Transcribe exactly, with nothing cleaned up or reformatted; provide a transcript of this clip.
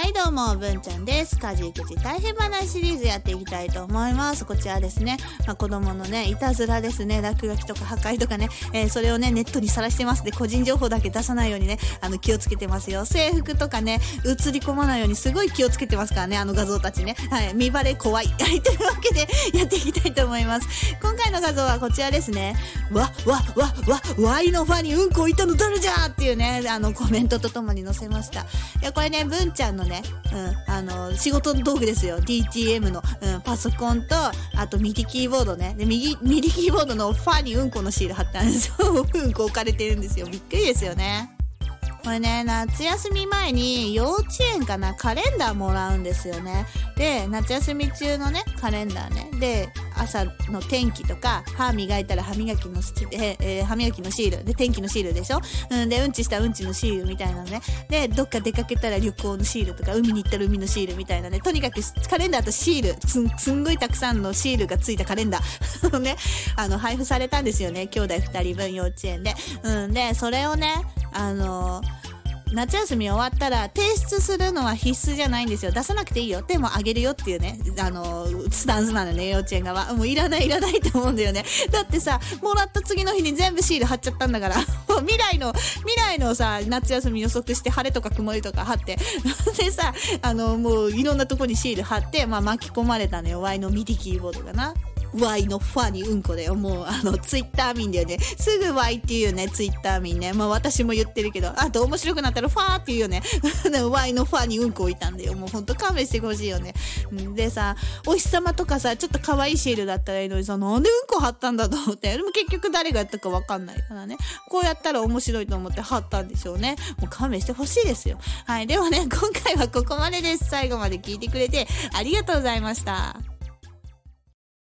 はいどうも、文ちゃんです。家事育児大変話シリーズやっていきたいと思います。こちらですね、まあ、子供のねいたずらですね、落書きとか破壊とかね、えー、それをねネットにさらしてます。で個人情報だけ出さないようにね、あの気をつけてますよ。制服とかね映り込まないようにすごい気をつけてますからね、あの画像たちね。はい、見バレ怖いはいというわけでやっていきたいと思います。今回の画像はこちらですね。わわわわワイのファにうんこいたの誰じゃっていうね、あのコメントとともに載せました。いやこれね、文ちゃんのね、うん、あの仕事の道具ですよ。 ディーティーエム の、うん、パソコンとあとミディキーボードね。で右ミディキーボードのファにうんこのシール貼ってあるんですようんこ置かれてるんですよ。びっくりですよね。これね、夏休み前に幼稚園かなカレンダーもらうんですよね。で夏休み中のねカレンダーねで、朝の天気とか歯磨いたら歯磨きのシール、えー、歯磨きのシールで天気のシールでしょ、うん、でうんちしたらうんちのシールみたいなのね。でどっか出かけたら旅行のシールとか海に行ったら海のシールみたいなね、とにかくカレンダーとシール す, んすんごいたくさんのシールがついたカレンダーね、あの配布されたんですよね、兄弟ふたりぶん幼稚園で。うんでそれをね、あのー夏休み終わったら提出するのは必須じゃないんですよ。出さなくていいよ、でもあげるよっていうね、あのスタンスなのね、幼稚園側。もういらないいらないと思うんだよね。だってさ、もらった次の日に全部シール貼っちゃったんだから未来の未来のさ夏休み予測して晴れとか曇りとか貼ってでさ、あのもういろんなとこにシール貼って、まあ、巻き込まれたのよ、ワイのミディキーボードがな。Y のファにうんこだよ。もうあのツイッター民だよね。すぐ Y っていうね、ツイッター民ね。まあ私も言ってるけど、あと面白くなったらファーっていうよねY のファにうんこ置いたんだよ。もうほんと勘弁してほしいよね。でさ、お日様とかさ、ちょっと可愛いシールだったらいいのにさ、なんでうんこ貼ったんだと思って。でも結局誰がやったか分かんないからね、こうやったら面白いと思って貼ったんでしょうね。もう勘弁してほしいですよ。はい、ではね、今回はここまでです。最後まで聞いてくれてありがとうございました。